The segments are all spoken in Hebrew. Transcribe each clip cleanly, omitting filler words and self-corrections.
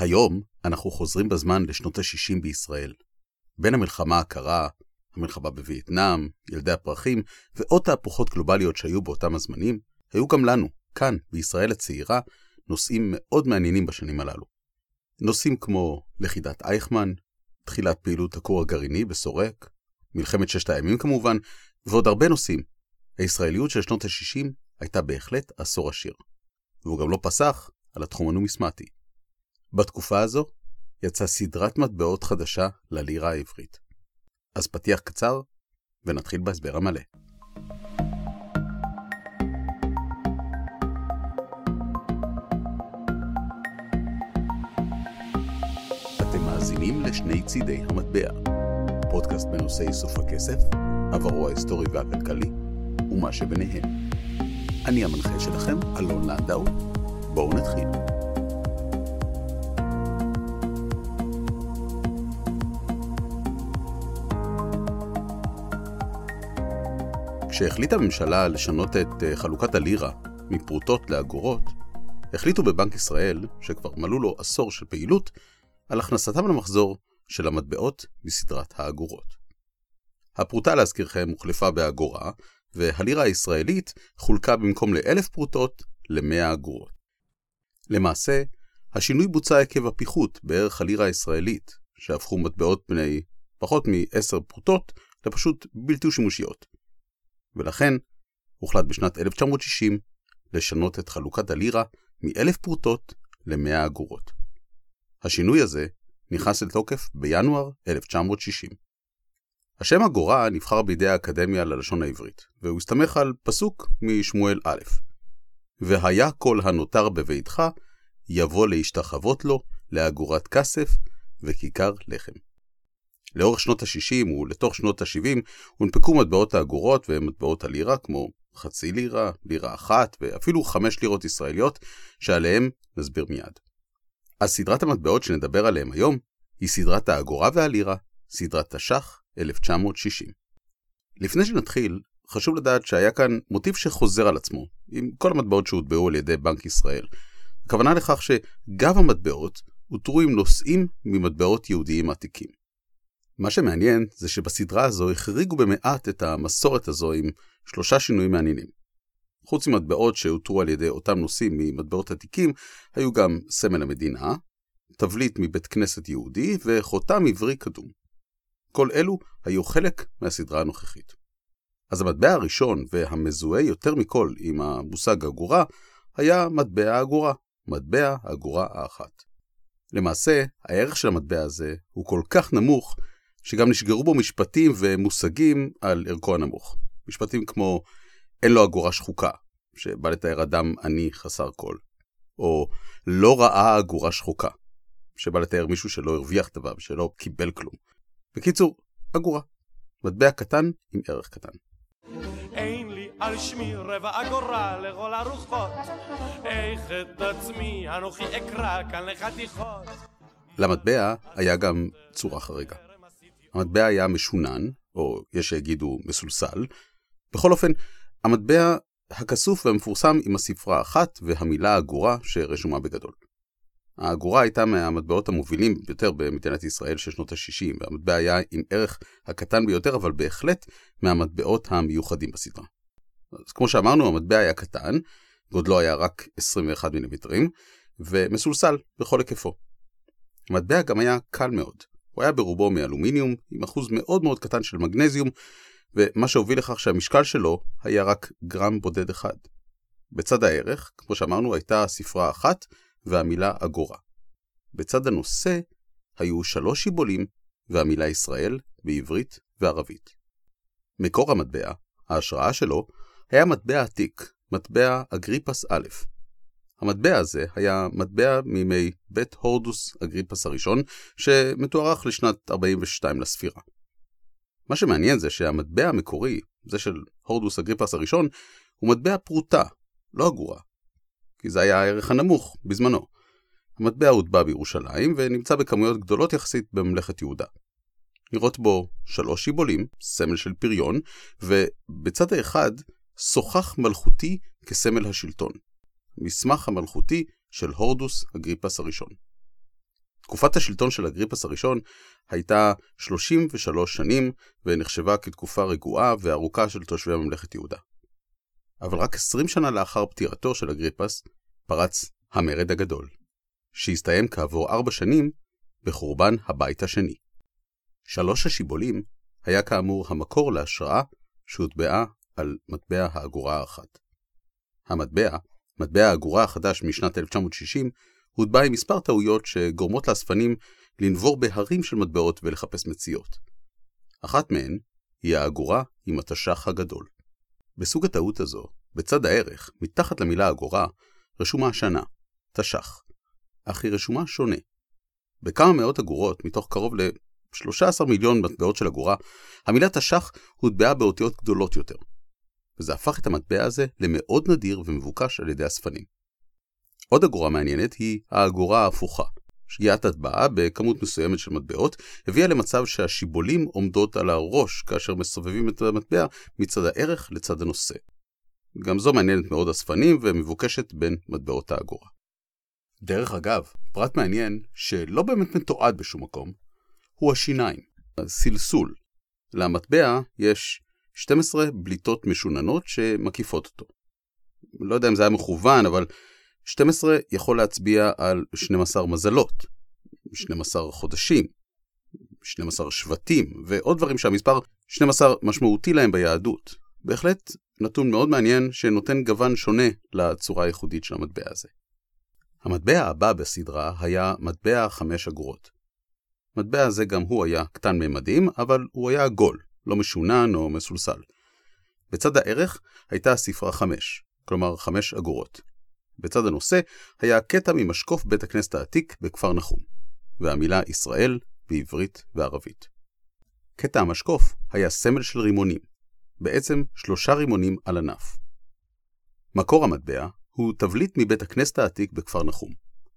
היום אנחנו חוזרים בזמן לשנות ה-60 בישראל. בין המלחמה הקרה, המלחמה בווייטנאם, ילדי הפרחים ועוד תהפוכות גלובליות שהיו באותם הזמנים, היו גם לנו, כאן, בישראל הצעירה, נושאים מאוד מעניינים בשנים הללו. נושאים כמו לכידת אייכמן, תחילת פעילות הכור הגרעיני בסורק, מלחמת ששת הימים כמובן, ועוד הרבה נושאים. הישראליות של שנות ה-60 הייתה בהחלט עשור עשיר. והוא גם לא פסח על התחום הנומיסמטי. בתקופה הזו יצאה סדרת מטבעות חדשה ללירה העברית. אז פתיח קצר ונתחיל בהסבר המלא. אתם מאזינים לשני צידי המטבע, פודקאסט בנושא איסוף הכסף, עברו ההיסטורי והכלכלי ומה שביניהם. אני המנחה שלכם, אלון לנדאו. בואו נתחיל. כשהחליטה הממשלה לשנות את חלוקת הלירה מפרוטות לאגורות, החליטו בבנק ישראל, שכבר מלאו לו עשור של פעילות, על הכנסתם למחזור של המטבעות בסדרת האגורות. הפרוטה, להזכירכם, הוחלפה באגורה, והלירה הישראלית חולקה במקום ל1,000 פרוטות ל100 אגורות. למעשה, השינוי בוצע עקב הפיחות בערך הלירה הישראלית, שהפכו מטבעות בני פחות מ10 פרוטות לפשוט בלתי שימושיות. ולכן, הוחלט בשנת 1960 לשנות את חלוקת הלירה מ1,000 פרוטות ל100 אגורות. השינוי הזה נכנס לתוקף בינואר 1960. השם אגורה נבחר בידי האקדמיה ללשון העברית, והוא הסתמך על פסוק משמואל א', והיה כל הנותר בביתך יבוא להשתחוות לו לאגורת כסף וכיכר לחם. לאורך שנות ה-60 ולתוך שנות ה-70 הונפקו מטבעות האגורות ומטבעות הלירה כמו חצי לירה, לירה אחת ואפילו 5 לירות ישראליות שעליהם נסביר מיד. אז סדרת המטבעות שנדבר עליהם היום היא סדרת האגורה והלירה, סדרת תש"ח 1960. לפני שנתחיל, חשוב לדעת שהיה כאן מוטיב שחוזר על עצמו עם כל המטבעות שהוטבעו על ידי בנק ישראל. הכוונה לכך שגב המטבעות הותרו עם נושאים ממטבעות יהודיים עתיקים. מה שמעניין זה שבסדרה הזו החריגו במעט את המסורת הזו עם 3 שינויים מעניינים. חוץ ממטבעות שהותרו על ידי אותם נושאים ממטבעות עתיקים, היו גם סמל המדינה, תבליט מבית כנסת יהודי וחותם עברי קדום. כל אלו היו חלק מהסדרה הנוכחית. אז המטבע הראשון והמזוהה יותר מכל עם המושג אגורה היה מטבע האגורה, מטבע האגורה האחת. למעשה, הערך של המטבע הזה הוא כל כך נמוך שגם נשגרו בו משפטים ומושגים על ערכו הנמוך. משפטים כמו אין לו אגורה שחוקה, שבא לתאר אדם עני חסר כל, או לא ראה אגורה שחוקה, שבא לתאר מישהו שלא הרוויח דבר ושלא קיבל כלום. בקיצור, אגורה, מטבע קטן עם ערך קטן. אין לי על שמי רבע אגורה לכל הרוחות, איך את עצמי אנוכי אקרא כאן לחתיכות. למטבע היה גם צורה חריגה. המטבע היה משונן, או יש שיגידו מסולסל. בכל אופן, המטבע הכסוף והמפורסם עם הספרה אחת והמילה אגורה שרשומה בגדול. האגורה הייתה מהמטבעות המובילים ביותר במדינת ישראל של שנות ה-60, והמטבע היה עם ערך הקטן ביותר, אבל בהחלט מהמטבעות המיוחדים בסדרה. אז כמו שאמרנו, המטבע היה קטן, גודלו היה רק 21 מילימטרים, ומסולסל בכל היקפו. המטבע גם היה קל מאוד. הוא היה ברובו מאלומיניום, עם אחוז מאוד מאוד קטן של מגנזיום, ומה שהוביל לכך שהמשקל שלו היה רק גרם בודד אחד. בצד הערך, כמו שאמרנו, הייתה ספרה אחת והמילה אגורה. בצד הנושא היו 3 שיבולים והמילה ישראל בעברית וערבית. מקור המטבע, ההשראה שלו, היה מטבע עתיק, מטבע אגריפס א'. המטבע הזה היה מטבע מימי בית הורדוס אגריפס הראשון, שמתוארך לשנת 42 לספירה. מה שמעניין זה שהמטבע המקורי, זה של הורדוס אגריפס הראשון, הוא מטבע פרוטה, לא אגורה. כי זה היה הערך הנמוך בזמנו. המטבע הוטבע בירושלים ונמצא בכמויות גדולות יחסית בממלכת יהודה. נראות בו 3 שיבולים, סמל של פריון, ובצד האחד שוחח מלכותי כסמל השלטון. מסמך המלכותי של הורדוס אגריפס הראשון. תקופת השלטון של אגריפס הראשון הייתה 33 שנים ונחשבה כתקופה רגועה וארוכה של תושבי ממלכת יהודה. אבל רק 20 שנה לאחר פטירתו של אגריפס פרץ המרד הגדול, שהסתיים כעבור 4 שנים בחורבן הבית השני. 3 השיבולים היה כאמור המקור להשראה שהוטבעה על מטבע האגורה האחת. מטבע האגורה החדש משנת 1960, הוטבע עם מספר טעויות שגורמות לאספנים לנבור בהרים של מטבעות ולחפש מציאות. אחת מהן היא האגורה עם התש"ח הגדול. בסוג הטעות הזו, בצד הערך, מתחת למילה אגורה, רשומה השנה, תש"ח, אך היא רשומה שונה. בכמה מאות אגורות, מתוך קרוב ל-13 מיליון מטבעות של אגורה, המילה תש"ח הוטבעה באותיות גדולות יותר. וזה הפך את המטבע הזה למאוד נדיר ומבוקש על ידי אספנים. עוד אגורה מעניינת היא האגורה ההפוכה. שגיאת הטבעה בכמות מסוימת של מטבעות הביאה למצב שהשיבולים עומדות על הראש כאשר מסובבים את המטבע מצד הערך לצד הנושא. גם זו מעניינת מאוד אספנים ומבוקשת בין מטבעות האגורה. דרך אגב, פרט מעניין שלא באמת מתועד בשום מקום, הוא השיניים, הסלסול. למטבע יש 12 בליטות משוננות שמקיפות אותו. לא יודע אם זה היה מכוון, אבל 12 יכול להצביע על 12 מזלות, 12 חודשים, 12 שבטים, ועוד דברים שהמספר 12 משמעותי להם ביהדות. בהחלט נתון מאוד מעניין שנותן גוון שונה לצורה הייחודית של המטבע הזה. המטבע הבא בסדרה היה מטבע 5 אגורות. מטבע הזה גם הוא היה קטן ממדים, אבל הוא היה עגול, לא משונן או מסולסל. בצד הערך הייתה הספרה 5, כלומר 5 אגורות. בצד הנושא היה קטע ממשקוף בית הכנסת העתיק בכפר נחום, והמילה ישראל בעברית וערבית. קטע המשקוף היה סמל של רימונים, בעצם 3 רימונים על ענף. מקור המטבע הוא תבליט מבית הכנסת העתיק בכפר נחום.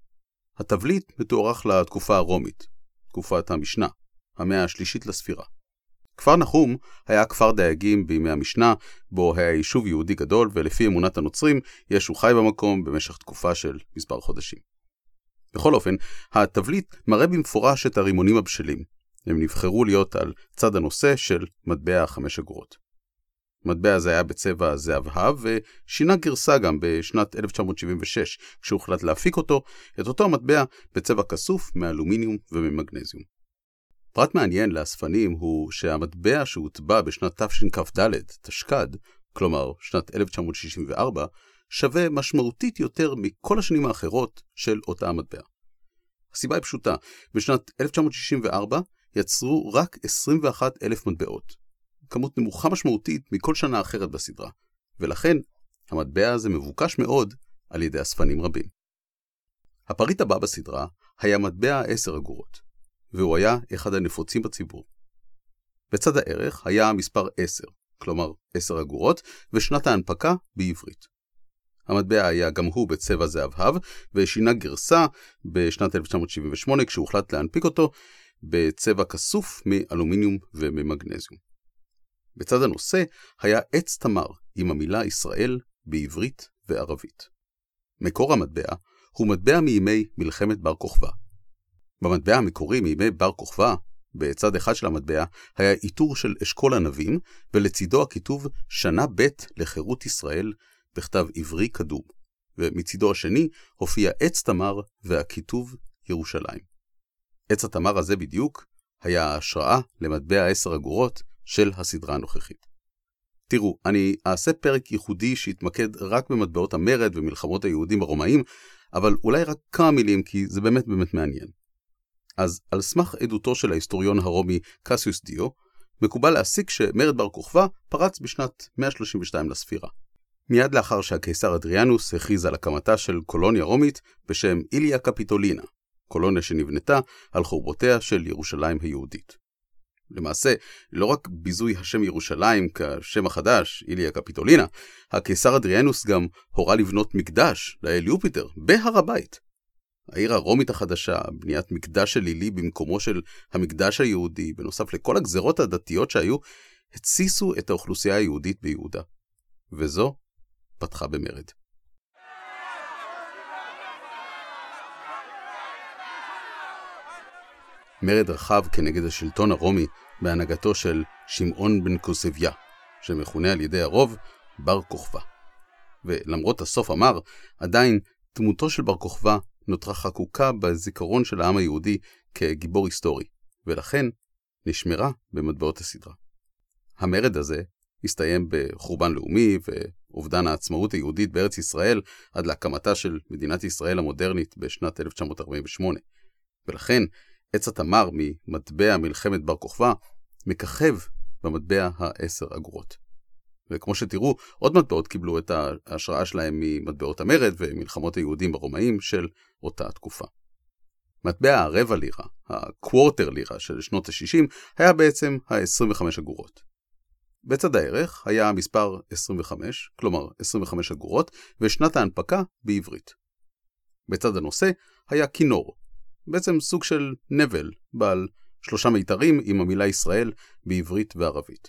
התבליט מתוארך לתקופה הרומית, תקופת המשנה, המאה השלישית לספירה. כפר נחום היה כפר דייגים בימי המשנה, בו היה יישוב יהודי גדול, ולפי אמונת הנוצרים, ישו חי במקום במשך תקופה של מספר חודשים. בכל אופן, התבליט מראה במפורש את הרימונים הבשלים. הם נבחרו להיות על צד הנושא של מטבע 5 אגורות. מטבע הזה היה בצבע זהב, ושינה גרסה גם בשנת 1976, כשהוחלט להפיק אותו, את אותו המטבע בצבע כסוף מאלומיניום וממגנזיום. פרט מעניין לאספנים הוא שהמטבע שהוטבע בשנת תשכ"ד, תשכ"ד, כלומר שנת 1964, שווה משמעותית יותר מכל השנים האחרות של אותה המטבע. הסיבה היא פשוטה, בשנת 1964 יצרו רק 21,000 מטבעות, כמות נמוכה משמעותית מכל שנה אחרת בסדרה, ולכן המטבע הזה מבוקש מאוד על ידי אספנים רבים. הפריט הבא בסדרה היה מטבע 10 אגורות, והוא היה אחד הנפוצים בציבור. בצד הערך היה המספר 10, כלומר 10 אגורות, ושנת ההנפקה בעברית. המטבע היה גם הוא בצבע זהב, ושינה גרסה בשנת 1978 כשהוחלט להנפיק אותו בצבע כסוף מאלומיניום וממגנזיום. בצד הנושא היה עץ תמר עם המילה ישראל בעברית וערבית. מקור המטבע הוא מטבע מימי מלחמת בר כוכבא. במטבע המקורי מימי בר כוכבא, בצד אחד של המטבע היה עיטור של אשכול ענבים, ולצידו הכיתוב שנה ב' לחירות ישראל בכתב עברי קדום, ומצידו השני הופיע עץ תמר והכיתוב ירושלים. עץ התמר הזה בדיוק היה ההשראה למטבע 10 אגורות של הסדרה הנוכחית. תראו, אני אעשה פרק ייחודי שהתמקד רק במטבעות המרד ומלחמות היהודים הרומאים, אבל אולי רק כמה מילים כי זה באמת מעניין. אז על סמך עדותו של ההיסטוריון הרומי קסיוס דיו, מקובל להסיק שמרד בר כוכבא פרץ בשנת 132 לספירה. מיד לאחר שהקיסר אדריאנוס הכריז על הקמתה של קולוניה רומית בשם איליה קפיטולינה, קולוניה שנבנתה על חורבותיה של ירושלים היהודית. למעשה, לא רק ביזוי השם ירושלים כשם החדש, איליה קפיטולינה, הקיסר אדריאנוס גם הורה לבנות מקדש לאל יופיטר בהר הבית. העיר הרומית החדשה, בניית מקדש אלילי במקומו של המקדש היהודי, בנוסף לכל הגזרות הדתיות שהיו, הציסו את האוכלוסייה היהודית ביהודה. וזו פתחה במרד. מרד רחב כנגד השלטון הרומי בהנהגתו של שמעון בן קוסביה, שמכונה על ידי הרוב בר כוכבא. ולמרות הסוף המר, עדיין דמותו של בר כוכבא נותרה חקוקה בזיכרון של העם היהודי כגיבור היסטורי, ולכן נשמרה במטבעות הסדרה. המרד הזה הסתיים בחורבן לאומי ואובדן העצמאות היהודית בארץ ישראל עד להקמתה של מדינת ישראל המודרנית בשנת 1948. ולכן עץ התמר ממטבע מלחמת בר כוכבא מככב במטבע 10 אגורות. וכמו שתראו, עוד מטבעות קיבלו את ההשראה שלהם ממטבעות המרד ומלחמות היהודים ברומאים של אותה התקופה. מטבע הרבע לירה, הקוורטר לירה של שנות ה-60, היה בעצם ה-25 אגורות. בצד הערך היה המספר 25, כלומר 25 אגורות, ושנת ההנפקה בעברית. בצד הנושא היה כינור, בעצם סוג של נבל, בעל 3 מיתרים עם המילה ישראל בעברית וערבית.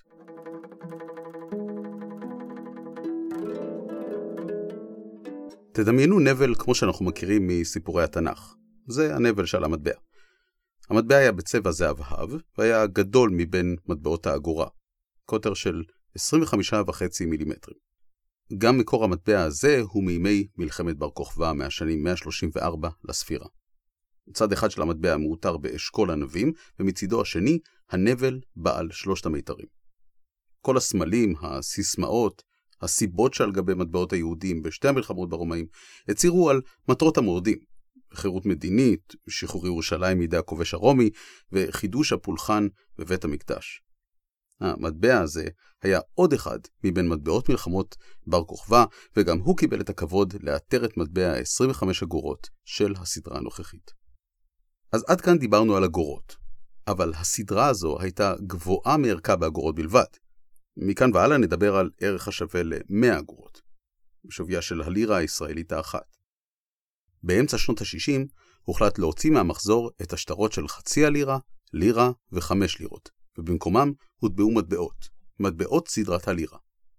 תדמיינו נבל כמו שאנחנו מכירים מסיפורי התנ"ך. זה הנבל של המטבע. המטבע היה בצבע זהב והיה גדול מבין מטבעות האגורה. קוטר של 25.5 מילימטרים. גם מקור המטבע הזה הוא מימי מלחמת בר כוכבא מהשנים 134 לספירה. צד אחד של המטבע מאותר באשכול ענבים, ומצידו השני הנבל בעל 3 המיתרים. כל הסמלים, הסיסמאות, הסיבות שעל גבי מטבעות היהודים בשתי המלחמות ברומאים הצירו על מטרות המורדים, חירות מדינית, שחרור ירושלים מידי הכובש הרומי וחידוש הפולחן בבית המקדש. המטבע הזה היה עוד אחד מבין מטבעות מלחמות בר כוכבא, וגם הוא קיבל את הכבוד לאתר את מטבע 25 אגורות של הסדרה הנוכחית. אז עד כאן דיברנו על אגורות, אבל הסדרה הזו הייתה גבוהה מערכה באגורות בלבד. מכאן והלאה נדבר על ערך השווה ל-100 אגורות, בשוויה של הלירה הישראלית האחת. באמצע שנות ה-60 הוחלט להוציא מהמחזור את השטרות של חצי הלירה, לירה ו5 לירות, ובמקומם הוטבעו מטבעות סדרת הלירה.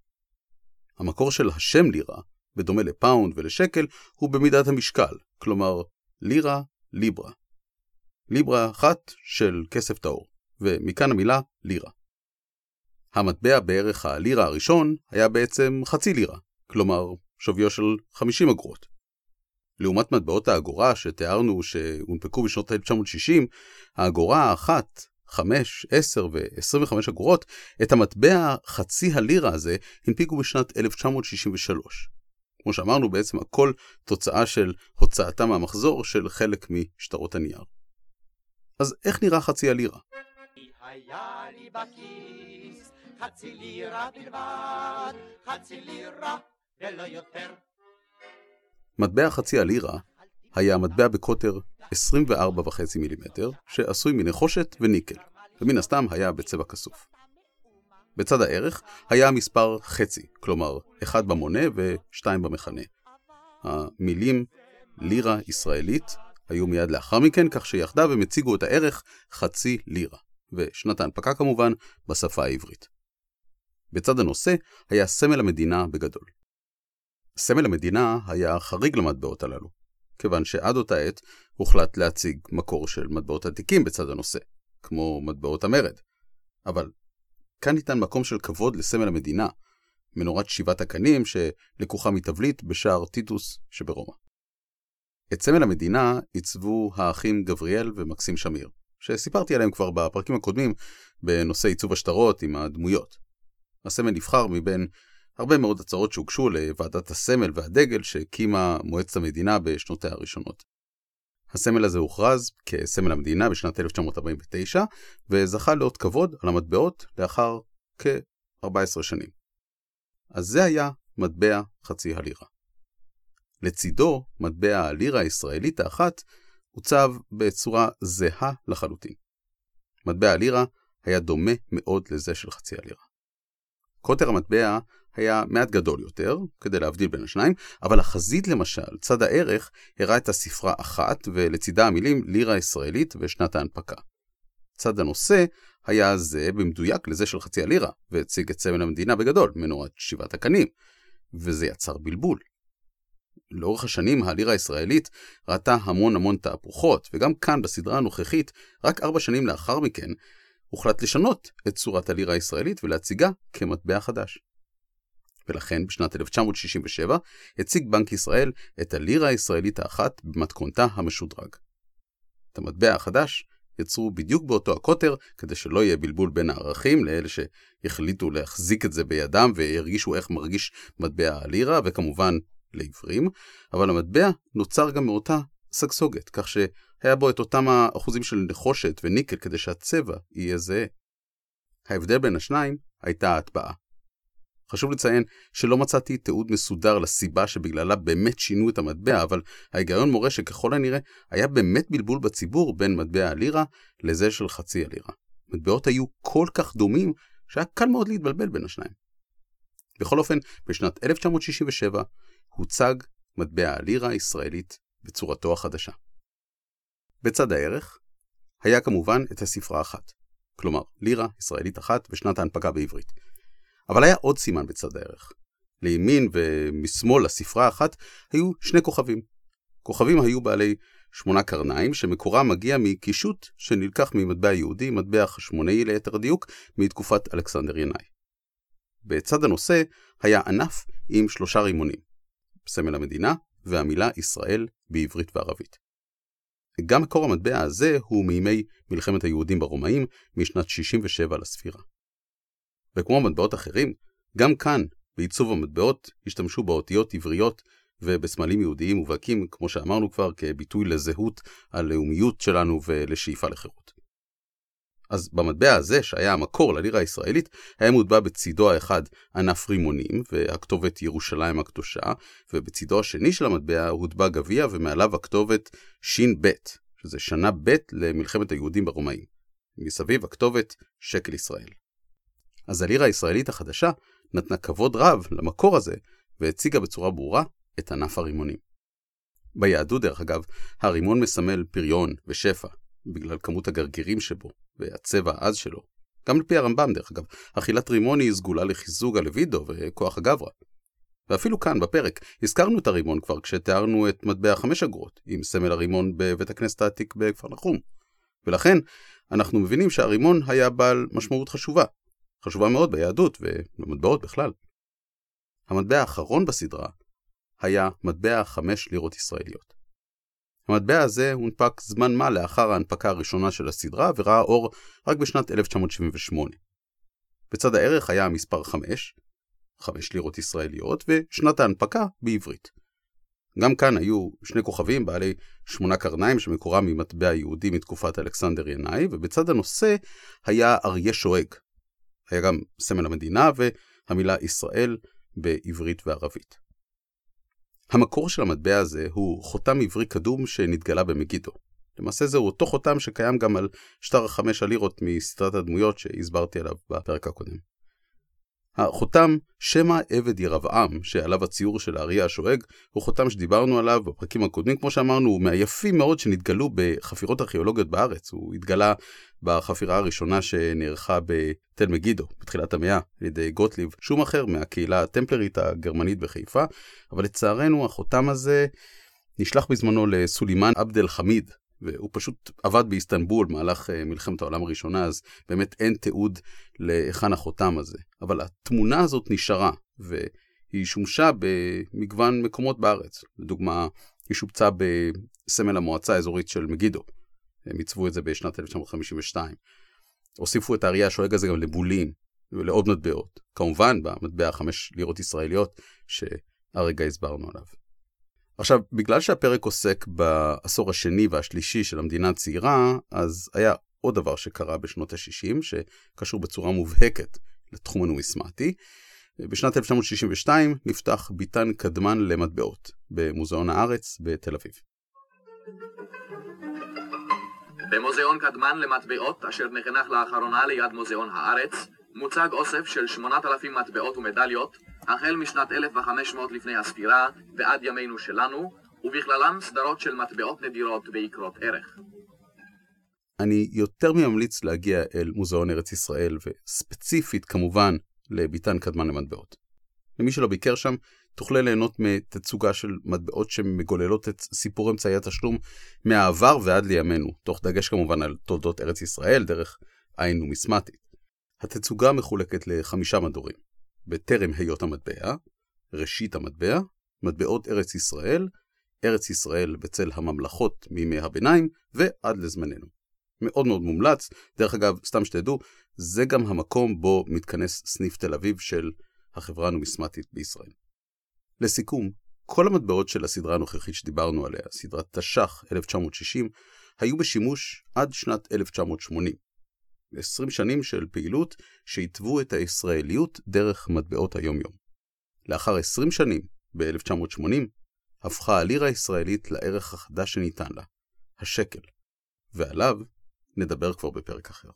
המקור של השם לירה, בדומה לפאונד ולשקל, הוא במידת המשקל, כלומר לירה, ליברה. ליברה אחת של כסף טהור, ומכאן המילה לירה. המטבע בערך הלירה הראשון היה בעצם חצי לירה, כלומר שוויו של 50 אגורות. לעומת מטבעות האגורה שתיארנו שהונפקו בשנות 1960, האגורה האחת, 5, 10 ו-25 אגורות, את המטבע חצי הלירה הזה הנפיקו בשנת 1963. כמו שאמרנו, בעצם הכל תוצאה של הוצאתם מהמחזור של חלק משטרות הנייר. אז איך נראה חצי הלירה? היה לי בכיס חצי לירה בלבד, חצי לירה ולא יותר. מטבע חצי הלירה היה מטבע בקוטר 24.5 מילימטר, שעשוי מנחושת וניקל, ומן הסתם היה בצבע כסוף. בצד הערך היה המספר חצי, כלומר 1 במונה ו2 במכנה. המילים לירה ישראלית היו מיד לאחר מכן, כך שיחדיו הם הציגו את הערך חצי לירה, ושנת ההנפקה כמובן בשפה העברית. בצד הנושא היה סמל המדינה בגדול. סמל המדינה היה חריג למטבעות הללו, כיוון שעד אותה עת הוחלט להציג מקור של מטבעות עתיקים בצד הנושא, כמו מטבעות המרד. אבל כאן ניתן מקום של כבוד לסמל המדינה, מנורת 7 הקנים שלקוחה מתבליט בשער טיטוס שברומא. את סמל המדינה עיצבו האחים גבריאל ומקסים שמיר, שסיפרתי עליהם כבר בפרקים הקודמים בנושא עיצוב השטרות עם הדמויות. הסמל נבחר מבין הרבה מאוד הצעות שהוגשו לוועדת הסמל והדגל שהקימה מועצת המדינה בשנותיה הראשונות. הסמל הזה הוכרז כסמל המדינה בשנת 1949, וזכה לאות כבוד על המטבעות לאחר כ-14 שנים. אז זה היה מטבע חצי הלירה. לצידו, מטבע הלירה הישראלית האחת הוצב בצורה זהה לחלוטין. מטבע הלירה היה דומה מאוד לזה של חצי הלירה. קוטר המטבע היה מעט גדול יותר, כדי להבדיל בין השניים, אבל החזית למשל, צד הערך, הראה את הספרה אחת, ולצידה המילים לירה ישראלית ושנת ההנפקה. צד הנושא היה זה במדויק לזה של חצי הלירה, והציג את סמל המדינה בגדול, מנורת 7 הקנים, וזה יצר בלבול. לאורך השנים הלירה הישראלית ראתה המון תהפוכות, וגם כאן בסדרה הנוכחית, רק 4 שנים לאחר מכן, הוחלט לשנות את צורת הלירה הישראלית ולהציגה כמטבע חדש. ולכן בשנת 1967 הציג בנק ישראל את הלירה הישראלית האחת במתכונתה המשודרג. את המטבע החדש יצרו בדיוק באותו הקוטר, כדי שלא יהיה בלבול בין הערכים לאלה שהחליטו להחזיק את זה בידם וירגישו איך מרגיש מטבע הלירה, וכמובן לעברים, אבל המטבע נוצר גם מאותה סגסוגת, כך שהיה בו את אותם האחוזים של נחושת וניקל כדי שהצבע יהיה זהה. ההבדל בין השניים הייתה ההטבעה. חשוב לציין שלא מצאתי תיעוד מסודר לסיבה שבגללה באמת שינו את המטבע, אבל ההיגיון מורה שככל הנראה היה באמת בלבול בציבור בין מטבע הלירה לזה של חצי הלירה. מטבעות היו כל כך דומים שהיה קל מאוד להתבלבל בין השניים. בכל אופן, בשנת 1967 הוצג מטבע הלירה הישראלית בצורתו החדשה. בצד הערך היה כמובן את הספרה אחת, כלומר לירה ישראלית אחת בשנת ההנפקה בעברית. אבל היה עוד סימן בצד הערך. לימין ומשמאל לספרה אחת היו 2 כוכבים. כוכבים היו בעלי 8 קרניים, שמקורם מגיע מקישוט שנלקח ממטבע יהודי, מטבע חשמונאי ליתר דיוק, מתקופת אלכסנדר ינאי. בצד הנושא היה ענף עם 3 רימונים, סמל המדינה והמילה ישראל בעברית וערבית. גם מקור המטבע הזה הוא מימי מלחמת היהודים ברומאים משנת 67 לספירה. וכמו מטבעות אחרים, גם כאן בעיצוב המטבעות השתמשו באותיות עבריות ובסמלים יהודיים מובהקים, כמו שאמרנו כבר, כביטוי לזהות הלאומיות שלנו ולשאיפה לחירות. אז במטבע הזה, שהיה המקור ללירה הישראלית, היה מוטבע בצידו האחד ענף רימונים והכתובת ירושלים הקדושה, ובצידו השני של המטבע הוטבע גביע ומעליו הכתובת שין בית, שזה שנה בית למלחמת היהודים ברומאים. מסביב הכתובת שקל ישראל. אז הלירה הישראלית החדשה נתנה כבוד רב למקור הזה, והציגה בצורה ברורה את ענף הרימונים. ביהדות, דרך אגב, הרימון מסמל פריון ושפע, בגלל כמות הגרגירים שבו, והצבע העז שלו. גם לפי הרמב"ם, דרך אגב, אכילת רימון היא סגולה לחיזוק הלבידו וכוח הגברה. ואפילו כאן, בפרק, הזכרנו את הרימון כבר כשתיארנו את מטבע 5 אגורות, עם סמל הרימון בבית הכנסת העתיק בכפר נחום. ולכן, אנחנו מבינים שהרימון היה בעל משמעות חשובה. חשובה מאוד ביהדות ובמטבעות בכלל. המטבע האחרון בסדרה היה מטבע 5 לירות ישראליות. המטבע הזה הונפק זמן מה לאחר ההנפקה הראשונה של הסדרה וראה אור רק בשנת 1978. בצד הערך היה המספר 5 לירות ישראליות ושנת ההנפקה בעברית. גם כאן היו 2 כוכבים בעלי 8 קרניים שמקורם ממטבע יהודי מתקופת אלכסנדר ינאי, ובצד הנושא היה אריה שואג. היה גם סמל המדינה והמילה ישראל בעברית וערבית. המקור של המטבע הזה הוא חותם עברי קדום שנתגלה במגידו. למעשה זהו אותו חותם שקיים גם על שטר 5 הלירות מסדרת הדמויות שהסברתי עליו בפרק הקודם. החותם שמע עבד ירבעם, שעליו הציור של האריה השואג, הוא חותם שדיברנו עליו בפרקים הקודמים, כמו שאמרנו, הוא מהיפים מאוד שנתגלו בחפירות ארכיאולוגיות בארץ. הוא התגלה בחפירה הראשונה שנערכה בתל מגידו, בתחילת המאה, על ידי גוטליב, שום אחר מהקהילה הטמפלרית הגרמנית בחיפה, אבל לצערנו החותם הזה נשלח בזמנו לסולימן עבד אל חמיד, והוא פשוט עבד באיסטנבול במהלך מלחמת העולם הראשונה, אז באמת אין תיעוד להיכן החותם הזה. אבל התמונה הזאת נשארה, והיא שומשה במגוון מקומות בארץ. לדוגמה, היא שובצה בסמל המועצה האזורית של מגידו. הם עיצבו את זה בשנת 1952. הוסיפו את האריה השואג הזה גם לבולים ולעוד מטבעות. כמובן, במטבע 5 לירות ישראליות שהרגע הסברנו עליו. עכשיו, בגלל שהפרק עוסק בעשור השני והשלישי של המדינה הצעירה, אז היה עוד דבר שקרה בשנות ה-60, שקשור בצורה מובהקת לתחום הנומיסמטי. בשנת 1962 נפתח ביתן קדמן למטבעות במוזיאון הארץ בתל אביב. במוזיאון קדמן למטבעות, אשר נחנך לאחרונה ליד מוזיאון הארץ, מוצג אוסף של 8,000 מטבעות ומדליות, החל משנת 1500 לפני הספירה ועד ימינו שלנו, ובכללם סדרות של מטבעות נדירות ויקרות ערך. אני יותר ממליץ להגיע אל מוזיאון ארץ ישראל, וספציפית כמובן לביתן קדמן למטבעות. למי שלא ביקר שם, תוכלי ליהנות מתצוגה של מטבעות שמגוללות את סיפור אמצעי התשלום מהעבר ועד לימינו, תוך דגש כמובן על תולדות ארץ ישראל דרך עין נומיסמטית. התצוגה מחולקת ל5 מדורים, בטרם היות המטבע, ראשית המטבע, מטבעות ארץ ישראל בצל הממלכות מימי הביניים ועד לזמננו. מאוד מאוד מומלץ, דרך אגב, סתם שתדעו, זה גם המקום בו מתכנס סניף תל אביב של החברה הנומיסמטית בישראל. לסיכום, כל המטבעות של הסדרה הנוכחית שדיברנו עליה, סדרת תש"ח 1960, היו בשימוש עד שנת 1980. 20 שנים של פעילות שהתוו את הישראליות דרך מטבעות היום-יום. לאחר 20 שנים, ב-1980, הפכה הלירה הישראלית לערך החדש שניתן לה, השקל, ועליו נדבר כבר בפרק אחר.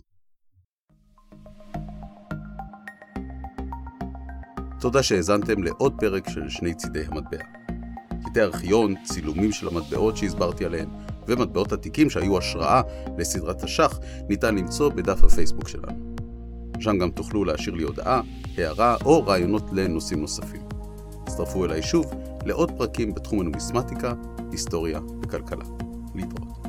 תודה שהאזנתם לעוד פרק של שני צידי המטבע. קטעי ארכיון, צילומים של המטבעות שהסברתי עליהם, ומטבעות עתיקים שהיו השראה לסדרת תש"ח, ניתן למצוא בדף הפייסבוק שלנו. שם גם תוכלו להשאיר לי הודעה, הערה או רעיונות לנושאים נוספים. הצטרפו אליי שוב לעוד פרקים בתחום הנומיסמטיקה, היסטוריה וכלכלה. להתראות.